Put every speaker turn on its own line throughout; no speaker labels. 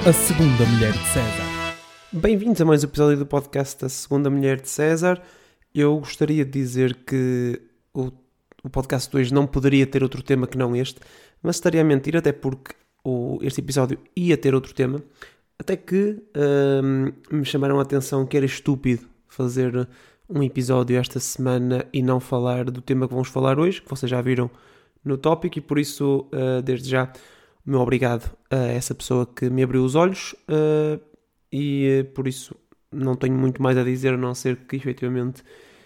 A Segunda Mulher de César.
Bem-vindos a mais um episódio do podcast da Segunda Mulher de César. Eu gostaria de dizer que o podcast de hoje não poderia ter outro tema que não este, mas estaria a mentir, até porque este episódio ia ter outro tema, até que me chamaram a atenção que era estúpido fazer um episódio esta semana e não falar do tema que vamos falar hoje, que vocês já viram no tópico, e por isso, desde já, o meu obrigado a essa pessoa que me abriu os olhos, e por isso não tenho muito mais a dizer, a não ser que efetivamente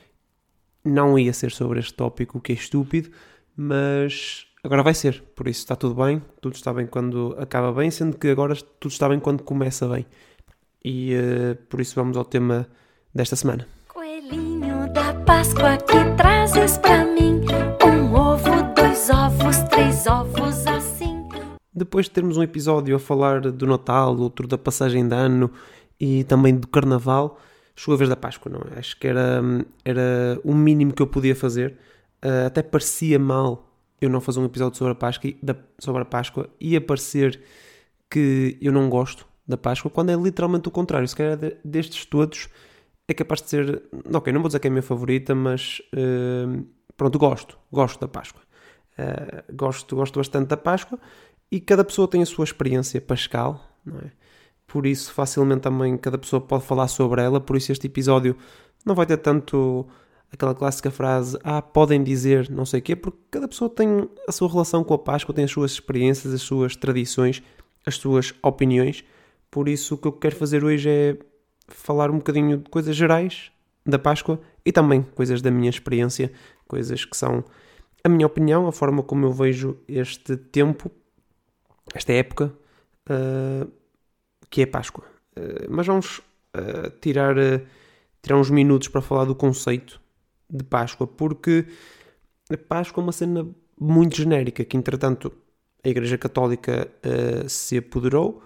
não ia ser sobre este tópico, o que é estúpido, mas agora vai ser, por isso está tudo bem quando acaba bem, sendo que agora tudo está bem quando começa bem. E por isso vamos ao tema desta semana.
Coelhinho da Páscoa, que trazes pra mim? Um ovo, 2 ovos, 3 ovos assim.
Depois de termos um episódio a falar do Natal, outro da passagem de ano e também do Carnaval, chegou a vez da Páscoa, não é? Acho que era o mínimo que eu podia fazer. Até parecia mal eu não fazer um episódio sobre a Páscoa. Ia parecer que eu não gosto da Páscoa, quando é literalmente o contrário. Se calhar destes todos é capaz de ser... Ok, não vou dizer que é a minha favorita, mas pronto, gosto da Páscoa. Gosto bastante da Páscoa. E cada pessoa tem a sua experiência pascal, não é? Por isso, facilmente também cada pessoa pode falar sobre ela. Por isso este episódio não vai ter tanto aquela clássica frase, podem dizer não sei o quê, porque cada pessoa tem a sua relação com a Páscoa, tem as suas experiências, as suas tradições, as suas opiniões. Por isso o que eu quero fazer hoje é falar um bocadinho de coisas gerais da Páscoa e também coisas da minha experiência, coisas que são a minha opinião, a forma como eu vejo este tempo, esta época, que é Páscoa. Mas vamos tirar uns minutos para falar do conceito de Páscoa, porque a Páscoa é uma cena muito genérica, que entretanto a Igreja Católica se apoderou,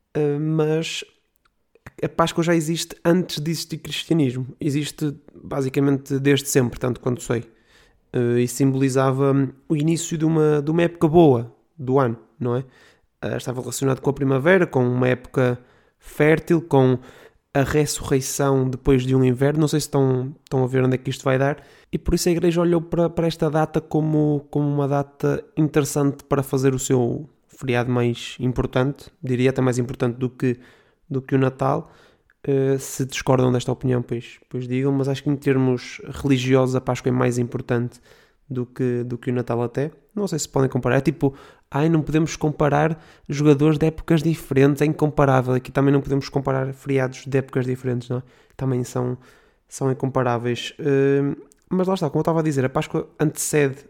mas a Páscoa já existe antes de existir cristianismo. Existe basicamente desde sempre, tanto quanto sei. E simbolizava o início de uma época boa do ano, não é? Estava relacionado com a primavera, com uma época fértil, com a ressurreição depois de um inverno. Não sei se estão a ver onde é que isto vai dar. E por isso a Igreja olhou para esta data como uma data interessante para fazer o seu feriado mais importante. Diria até mais importante do que o Natal. Se discordam desta opinião, pois digam. Mas acho que em termos religiosos a Páscoa é mais importante do que o Natal até. Não sei se podem comparar. É tipo, não podemos comparar jogadores de épocas diferentes. É incomparável. Aqui também não podemos comparar feriados de épocas diferentes, não é? Também são incomparáveis. Mas lá está, como eu estava a dizer, a Páscoa antecede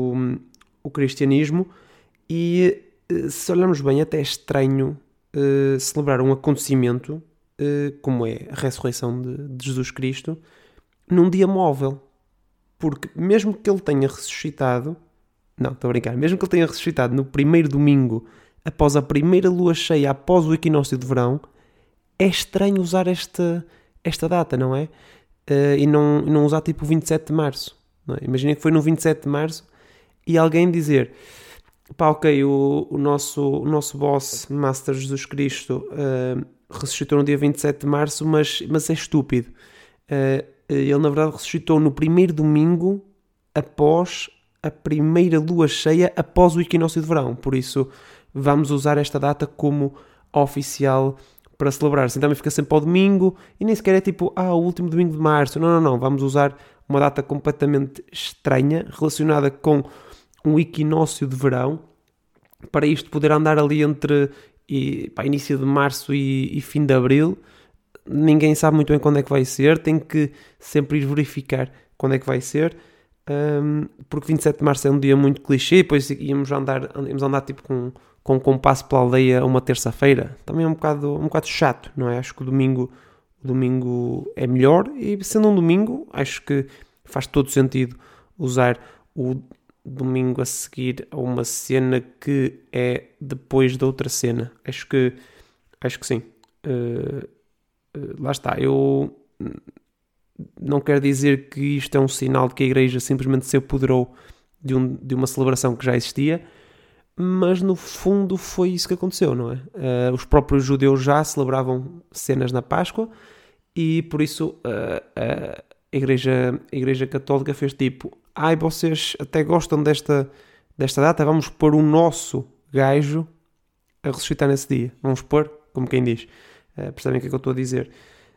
o cristianismo e, se olharmos bem, até é estranho celebrar um acontecimento como é a ressurreição de Jesus Cristo num dia móvel. Porque mesmo que ele tenha ressuscitado... Não, estou a brincar. Mesmo que ele tenha ressuscitado no primeiro domingo, após a primeira lua cheia, após o equinócio de verão, é estranho usar esta data, não é? E não usar tipo 27 de março. Não é? Imaginem que foi no 27 de março e alguém dizer... ok, o nosso boss, Master Jesus Cristo, ressuscitou no dia 27 de março, mas é estúpido. Ele, na verdade, ressuscitou no primeiro domingo após a primeira lua cheia, após o equinócio de verão. Por isso, vamos usar esta data como oficial para celebrar. Assim também fica sempre ao domingo e nem sequer é tipo, o último domingo de março. Não. Vamos usar uma data completamente estranha, relacionada com um equinócio de verão, para isto poder andar ali entre início de março e fim de abril. Ninguém sabe muito bem quando é que vai ser, tem que sempre ir verificar quando é que vai ser, porque 27 de março é um dia muito clichê, depois íamos andar tipo com um compasso pela aldeia uma terça-feira, também é um bocado chato, não é? Acho que o domingo é melhor, e sendo um domingo, acho que faz todo sentido usar o domingo a seguir a uma cena que é depois da outra cena. Acho que sim. Lá está, eu não quero dizer que isto é um sinal de que a Igreja simplesmente se apoderou de uma celebração que já existia, mas no fundo foi isso que aconteceu, não é? Os próprios judeus já celebravam cenas na Páscoa e por isso a Igreja Católica fez tipo: ai, vocês até gostam desta data, vamos pôr o nosso gajo a ressuscitar nesse dia. Vamos pôr, como quem diz. Percebem o que é que eu estou a dizer?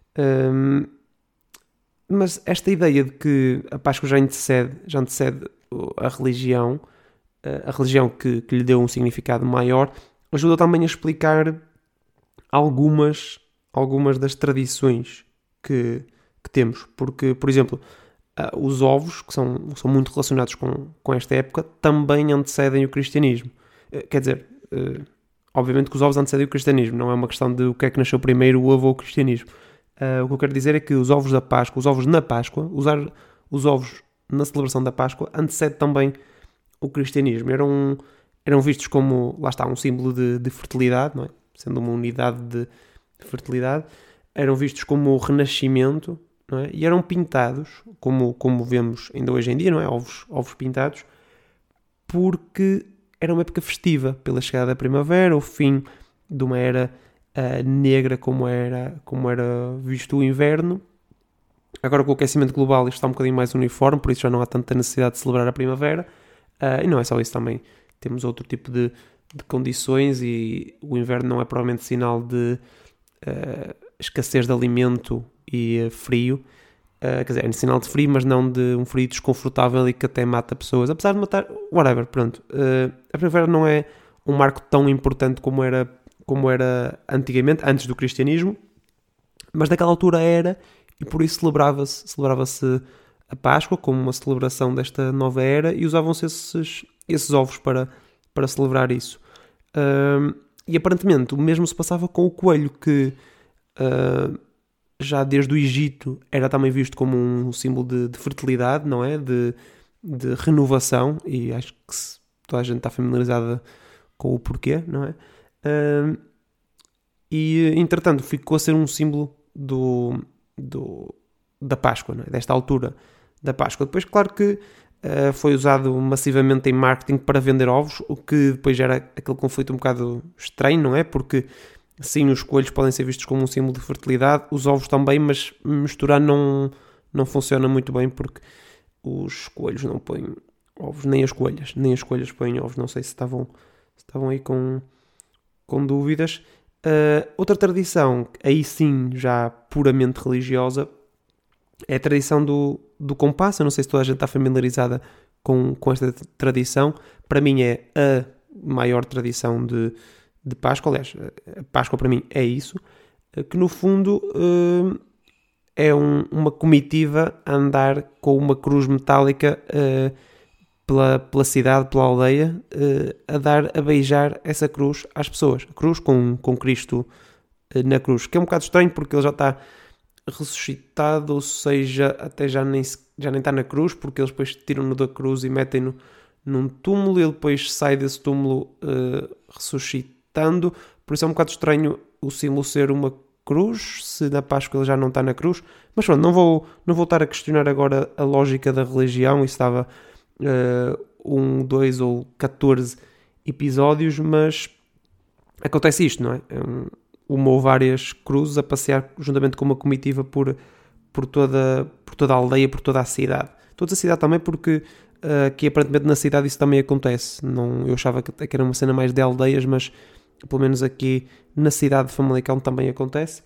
Mas esta ideia de que a Páscoa já antecede a religião que lhe deu um significado maior, ajuda também a explicar algumas das tradições que temos. Porque, por exemplo, os ovos, que são muito relacionados com esta época, também antecedem o cristianismo. Quer dizer, obviamente que os ovos antecedem o cristianismo, não é uma questão de o que é que nasceu primeiro, o ovo ou o cristianismo. O que eu quero dizer é que os ovos da Páscoa, os ovos na Páscoa, usar os ovos na celebração da Páscoa, antecede também o cristianismo. Eram vistos como, lá está, um símbolo de fertilidade, não é? Sendo uma unidade de fertilidade. Eram vistos como o renascimento, não é? E eram pintados, como vemos ainda hoje em dia, não é? Ovos pintados, porque era uma época festiva, pela chegada da primavera, o fim de uma era negra como era visto o inverno. Agora com o aquecimento global isto está um bocadinho mais uniforme, por isso já não há tanta necessidade de celebrar a primavera. E não é só isso, também temos outro tipo de condições e o inverno não é provavelmente sinal de escassez de alimento e frio. Quer dizer, é sinal de frio, mas não de um frio desconfortável e que até mata pessoas. Apesar de matar, whatever, pronto. A primavera não é um marco tão importante como era antigamente, antes do cristianismo, mas naquela altura era, e por isso celebrava-se a Páscoa como uma celebração desta nova era e usavam-se esses ovos para celebrar isso. E aparentemente o mesmo se passava com o coelho, que já desde o Egito era também visto como um símbolo de fertilidade, não é? De renovação, e acho que toda a gente está familiarizada com o porquê, não é? E entretanto ficou a ser um símbolo da Páscoa, não é? Desta altura da Páscoa. Depois, claro que foi usado massivamente em marketing para vender ovos, o que depois gera aquele conflito um bocado estranho, não é? Porque sim, os coelhos podem ser vistos como um símbolo de fertilidade, os ovos também, mas misturar não funciona muito bem, porque os coelhos não põem ovos, nem as coelhas põem ovos. Não sei se estavam aí com dúvidas. Outra tradição, aí sim já puramente religiosa, é a tradição do compasso. Eu não sei se toda a gente está familiarizada com esta tradição. Para mim é a maior tradição de Páscoa. Aliás, a Páscoa para mim é isso, que no fundo é uma comitiva a andar com uma cruz metálica pela cidade, pela aldeia, a beijar essa cruz às pessoas. A cruz com Cristo na cruz, que é um bocado estranho porque ele já está ressuscitado, ou seja, até já nem está na cruz, porque eles depois tiram-no da cruz e metem-no num túmulo, e ele depois sai desse túmulo ressuscitando. Por isso é um bocado estranho o símbolo ser uma cruz, se na Páscoa ele já não está na cruz. Mas pronto, não vou estar a questionar agora a lógica da religião. Isso estava 2 ou 14 episódios, mas acontece isto, não é? Uma ou várias cruzes a passear juntamente com uma comitiva por toda a aldeia, por toda a cidade. Toda a cidade também, porque aqui aparentemente na cidade isso também acontece. Eu achava que era uma cena mais de aldeias, mas pelo menos aqui na cidade de Famalicão também acontece.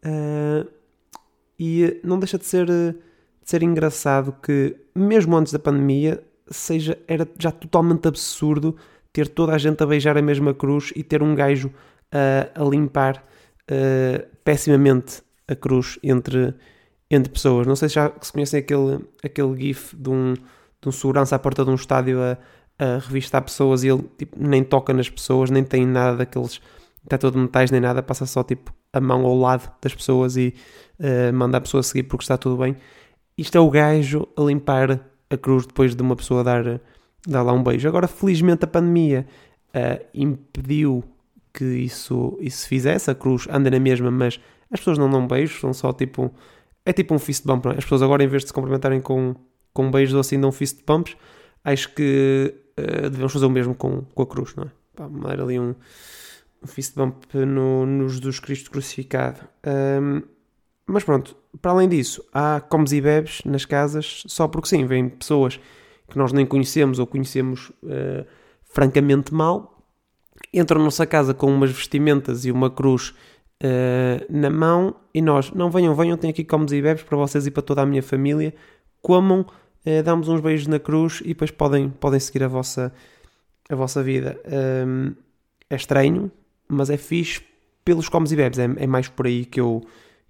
E não deixa de ser engraçado que, mesmo antes da pandemia, era já totalmente absurdo ter toda a gente a beijar a mesma cruz e ter um gajo a limpar pessimamente a cruz entre pessoas. Não sei se conhecem aquele gif de um segurança à porta de um estádio a revistar pessoas, e ele tipo, nem toca nas pessoas, nem tem nada daqueles detector de metais nem nada, passa só tipo a mão ao lado das pessoas e manda a pessoa seguir porque está tudo bem. Isto é o gajo a limpar a cruz depois de uma pessoa dar lá um beijo. Agora, felizmente, a pandemia impediu que isso se fizesse. A cruz anda na mesma, mas as pessoas não dão beijos, são só tipo... É tipo um fist bump, não é? As pessoas agora, em vez de se cumprimentarem com beijos ou assim, dão fist bumps. Acho que devemos fazer o mesmo com a cruz, não é? me dar ali um fist bump no Jesus Cristo crucificado. Mas pronto, para além disso, há comes e bebes nas casas, só porque sim, vêm pessoas que nós nem conhecemos ou conhecemos francamente mal, entram na nossa casa com umas vestimentas e uma cruz na mão e nós, não venham, tenho aqui comes e bebes para vocês e para toda a minha família, comam, damos uns beijos na cruz e depois podem seguir a vossa vida. É estranho, mas é fixe pelos comes e bebes, é mais por aí que eu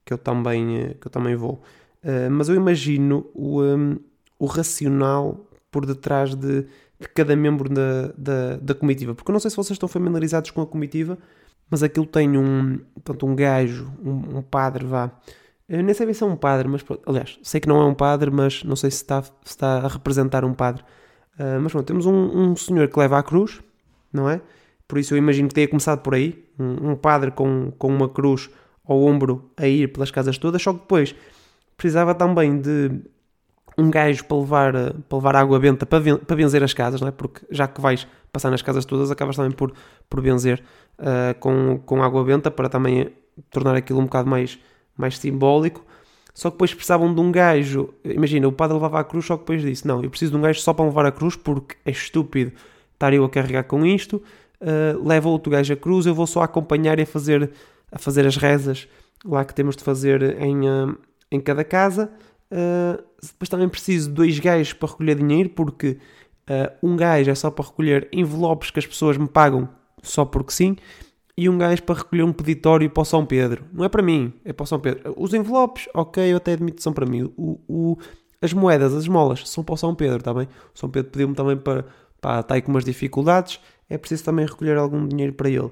também vou. Mas eu imagino o racional por detrás de cada membro da comitiva, porque eu não sei se vocês estão familiarizados com a comitiva, mas aquilo tem um gajo, um padre, eu nem sei bem se é um padre, mas aliás, sei que não é um padre, mas não sei se está a representar um padre. Mas pronto, temos um senhor que leva a cruz, não é? Por isso eu imagino que tenha começado por aí, um padre com uma cruz ao ombro a ir pelas casas todas, só que depois precisava também de um gajo para levar água benta para benzer as casas, não é? Porque já que vais passar nas casas todas, acabas também por benzer com água benta para também tornar aquilo um bocado mais simbólico. Só que depois precisavam de um gajo, imagina, o padre levava a cruz, só que depois disse, não, eu preciso de um gajo só para levar a cruz porque é estúpido estar eu a carregar com isto, leva outro gajo a cruz, eu vou só acompanhar e a fazer as rezas lá que temos de fazer em cada casa. Depois também preciso de 2 gajos para recolher dinheiro, porque um gajo é só para recolher envelopes que as pessoas me pagam só porque sim, e um gajo para recolher um peditório para o São Pedro. Não é para mim, é para o São Pedro. Os envelopes, ok, eu até admito que são para mim. As moedas, as esmolas, são para o São Pedro, está bem? O São Pedro pediu-me também para estar aí com umas dificuldades, é preciso também recolher algum dinheiro para ele.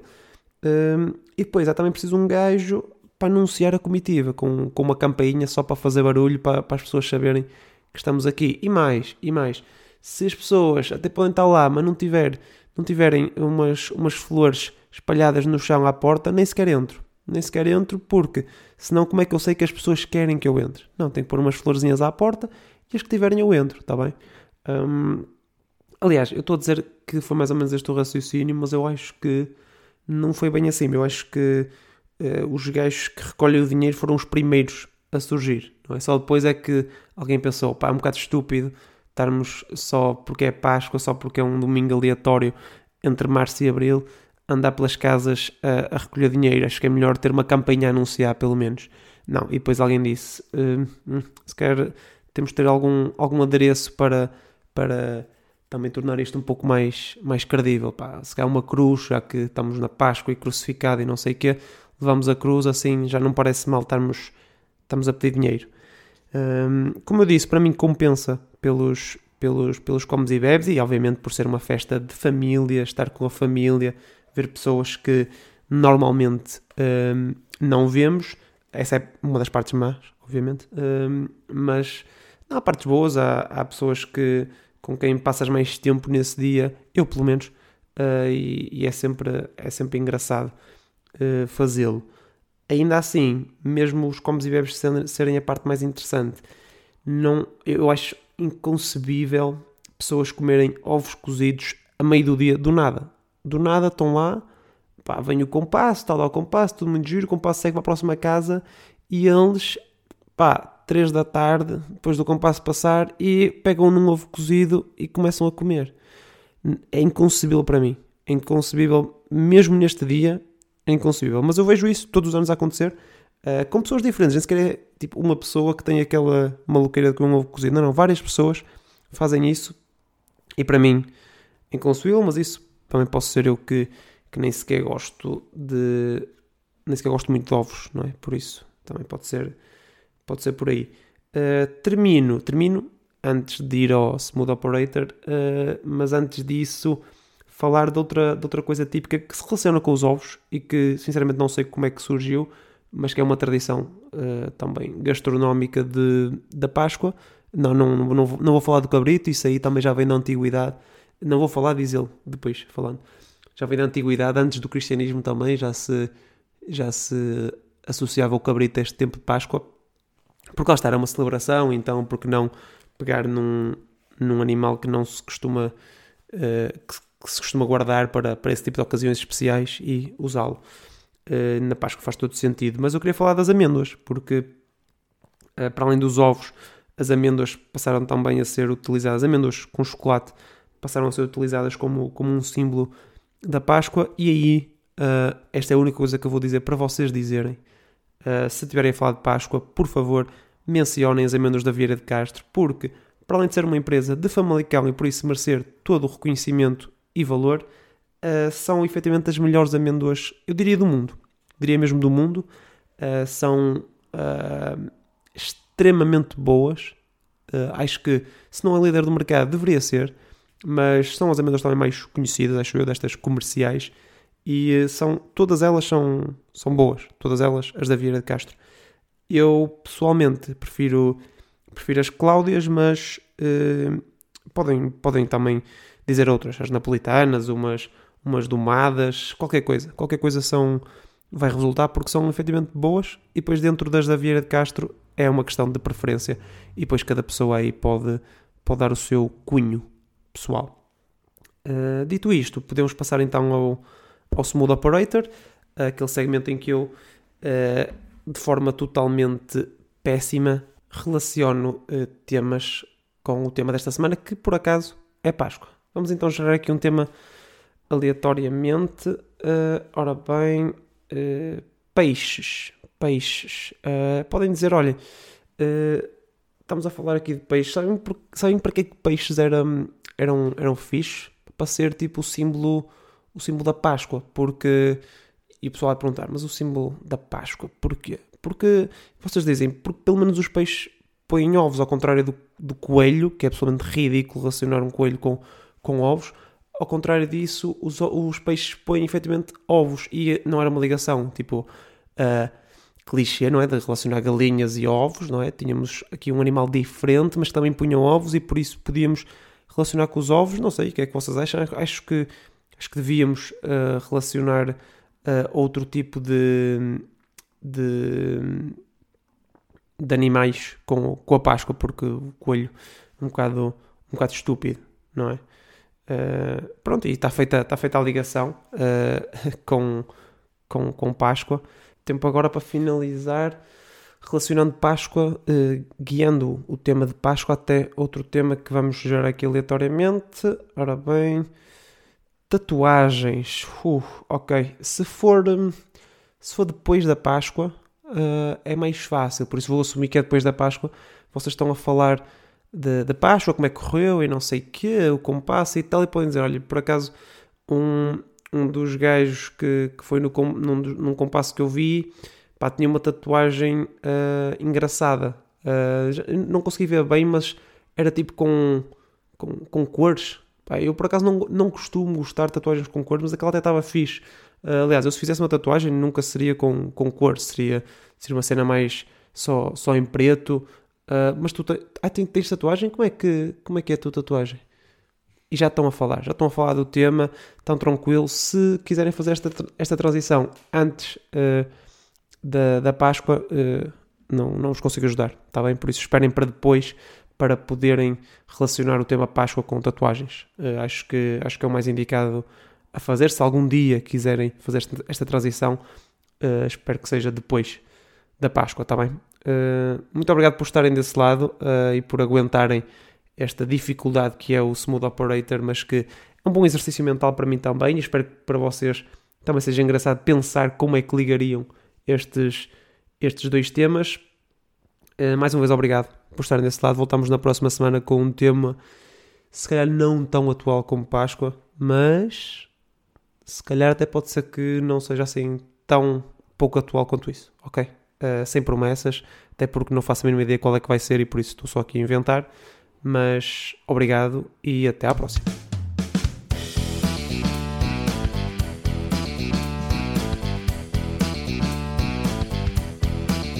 E depois há também preciso um gajo para anunciar a comitiva, com uma campainha só para fazer barulho, para as pessoas saberem que estamos aqui. E mais, se as pessoas até podem estar lá, mas não tiverem umas flores espalhadas no chão à porta, nem sequer entro, porque senão como é que eu sei que as pessoas querem que eu entre? Não, tenho que pôr umas florzinhas à porta e as que tiverem eu entro, está bem? Aliás, eu estou a dizer que foi mais ou menos este o raciocínio, mas eu acho que não foi bem assim. Eu acho que os gajos que recolhem o dinheiro foram os primeiros a surgir, não é? Só depois é que alguém pensou, é um bocado estúpido estarmos só porque é Páscoa, só porque é um domingo aleatório entre março e abril, andar pelas casas a recolher dinheiro. Acho que é melhor ter uma campanha a anunciar, pelo menos. Não, e depois alguém disse, se calhar temos de ter algum adereço para também tornar isto um pouco mais credível. Se calhar uma cruz, já que estamos na Páscoa e crucificado e não sei o quê, levamos a cruz, assim já não parece mal estamos a pedir dinheiro. Como eu disse, para mim compensa pelos comes e bebes e obviamente por ser uma festa de família, estar com a família, ver pessoas que normalmente não vemos. Essa é uma das partes más, obviamente, mas não, há partes boas, há pessoas com quem passas mais tempo nesse dia, eu pelo menos, e é sempre engraçado fazê-lo. Ainda assim, mesmo os comes e bebes serem a parte mais interessante, eu acho inconcebível pessoas comerem ovos cozidos a meio do dia, do nada estão lá, vem o compasso, está lá o compasso, tudo muito giro, o compasso segue para a próxima casa e eles, 3 da tarde, depois do compasso passar, e pegam num ovo cozido e começam a comer. É inconcebível para mim, é inconcebível, mesmo neste dia, é inconcebível. Mas eu vejo isso todos os anos a acontecer, com pessoas diferentes. Nem sequer é tipo uma pessoa que tem aquela maluqueira de comer um ovo cozido. Não, várias pessoas fazem isso e para mim é inconcebível, mas isso também posso ser eu que nem sequer gosto muito de ovos, não é? Por isso também pode ser por aí. Termino antes de ir ao Smooth Operator, mas antes disso falar de outra coisa típica que se relaciona com os ovos e que sinceramente não sei como é que surgiu, mas que é uma tradição também gastronómica da Páscoa. Não vou falar do cabrito, isso aí também já vem da antiguidade. Não vou falar, diz ele depois falando. Já vem da antiguidade, antes do cristianismo também já se associava o cabrito a este tempo de Páscoa, porque lá está, era uma celebração, então porque não pegar num animal que não se costuma que se costuma guardar para esse tipo de ocasiões especiais e usá-lo. Na Páscoa faz todo sentido. Mas eu queria falar das amêndoas, porque para além dos ovos, as amêndoas passaram também a ser utilizadas, amêndoas com chocolate passaram a ser utilizadas como um símbolo da Páscoa. E aí, esta é a única coisa que eu vou dizer para vocês dizerem. Se estiverem a falar de Páscoa, por favor, mencionem as amêndoas da Vieira de Castro, porque para além de ser uma empresa de Famalicão e por isso merecer todo o reconhecimento e valor, são efetivamente as melhores amêndoas, eu diria do mundo, diria mesmo do mundo. São extremamente boas. Acho que, se não é líder do mercado, deveria ser, mas são as amêndoas também mais conhecidas, acho eu, destas comerciais, e todas elas são boas, todas elas, as da Vieira de Castro. Eu, pessoalmente, prefiro as Cláudias, mas podem também dizer outras, as napolitanas, umas domadas, qualquer coisa vai resultar, porque são efetivamente boas, e depois dentro das da Vieira de Castro é uma questão de preferência, e depois cada pessoa aí pode dar o seu cunho pessoal. Dito isto, podemos passar então ao Smooth Operator, aquele segmento em que eu, de forma totalmente péssima, relaciono temas com o tema desta semana, que por acaso é Páscoa. Vamos então gerar aqui um tema aleatoriamente. Ora bem, peixes. Podem dizer, olha, estamos a falar aqui de peixes. Sabem para que peixes eram fixe? Para ser tipo o símbolo da Páscoa. Porque, e o pessoal vai perguntar, mas o símbolo da Páscoa, porquê? Porque, vocês dizem, porque pelo menos os peixes põem ovos, ao contrário do coelho, que é absolutamente ridículo relacionar um coelho com ovos. Ao contrário disso, os peixes põem efetivamente ovos, e não era uma ligação, tipo, clichê, não é? De relacionar galinhas e ovos, não é? Tínhamos aqui um animal diferente, mas que também punham ovos, e por isso podíamos relacionar com os ovos. Não sei, o que é que vocês acham? Acho que devíamos relacionar outro tipo de animais com a Páscoa, porque o coelho é um bocado estúpido, não é? Pronto, e está feita a ligação com Páscoa. Tempo agora para finalizar, relacionando Páscoa, guiando o tema de Páscoa até outro tema que vamos gerar aqui aleatoriamente. Ora bem, tatuagens. Ok, se for depois da Páscoa, é mais fácil, por isso vou assumir que é depois da Páscoa. Vocês estão a falar da Páscoa, como é que correu e não sei o quê, o compasso e tal, e podem dizer, olha, por acaso um dos gajos que foi num compasso que eu vi, pá, tinha uma tatuagem engraçada. Não consegui ver bem, mas era tipo com cores. Pá, eu por acaso não costumo gostar de tatuagens com cores, mas aquela até estava fixe. Aliás, eu se fizesse uma tatuagem nunca seria com cores, seria uma cena mais só em preto. Mas tu tens tatuagem? Como é que é a tua tatuagem? E já estão a falar do tema, estão tranquilos. Se quiserem fazer esta transição antes da Páscoa, não os consigo ajudar, está bem? Por isso esperem para depois, para poderem relacionar o tema Páscoa com tatuagens. Acho que é o mais indicado a fazer. Se algum dia quiserem fazer esta transição, espero que seja depois da Páscoa, está bem? Muito obrigado por estarem desse lado e por aguentarem esta dificuldade que é o Smooth Operator, mas que é um bom exercício mental para mim também, e espero que para vocês também seja engraçado pensar como é que ligariam estes dois temas. Mais uma vez obrigado por estarem desse lado. Voltamos na próxima semana com um tema se calhar não tão atual como Páscoa, mas se calhar até pode ser que não seja assim tão pouco atual quanto isso, ok? Sem promessas, até porque não faço a mínima ideia qual é que vai ser, e por isso estou só aqui a inventar. Mas obrigado e até à próxima.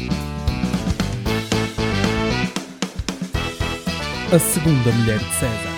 A segunda mulher de César.